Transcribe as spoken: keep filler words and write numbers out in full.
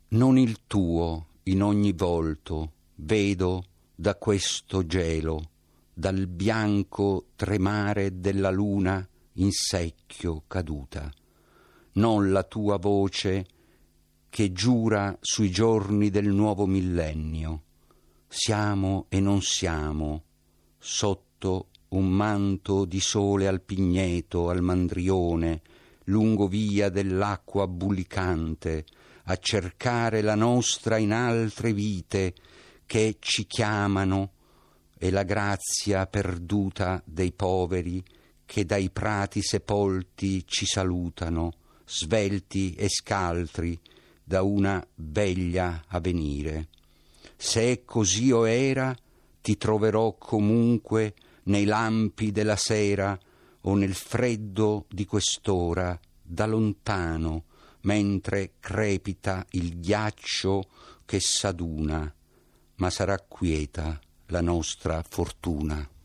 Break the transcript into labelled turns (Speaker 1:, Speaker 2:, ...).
Speaker 1: non il tuo in ogni volto vedo da questo gelo, dal bianco tremare della luna in secchio caduta, non la tua voce che giura sui giorni del nuovo millennio. Siamo e non siamo, sotto un manto di sole al pigneto, al mandrione, lungo via dell'acqua bullicante, a cercare la nostra in altre vite che ci chiamano, e la grazia perduta dei poveri che dai prati sepolti ci salutano, svelti e scaltri da una veglia a venire. Se così o era, ti troverò comunque nei lampi della sera o nel freddo di quest'ora, da lontano, mentre crepita il ghiaccio che s'aduna, ma sarà quieta la nostra fortuna.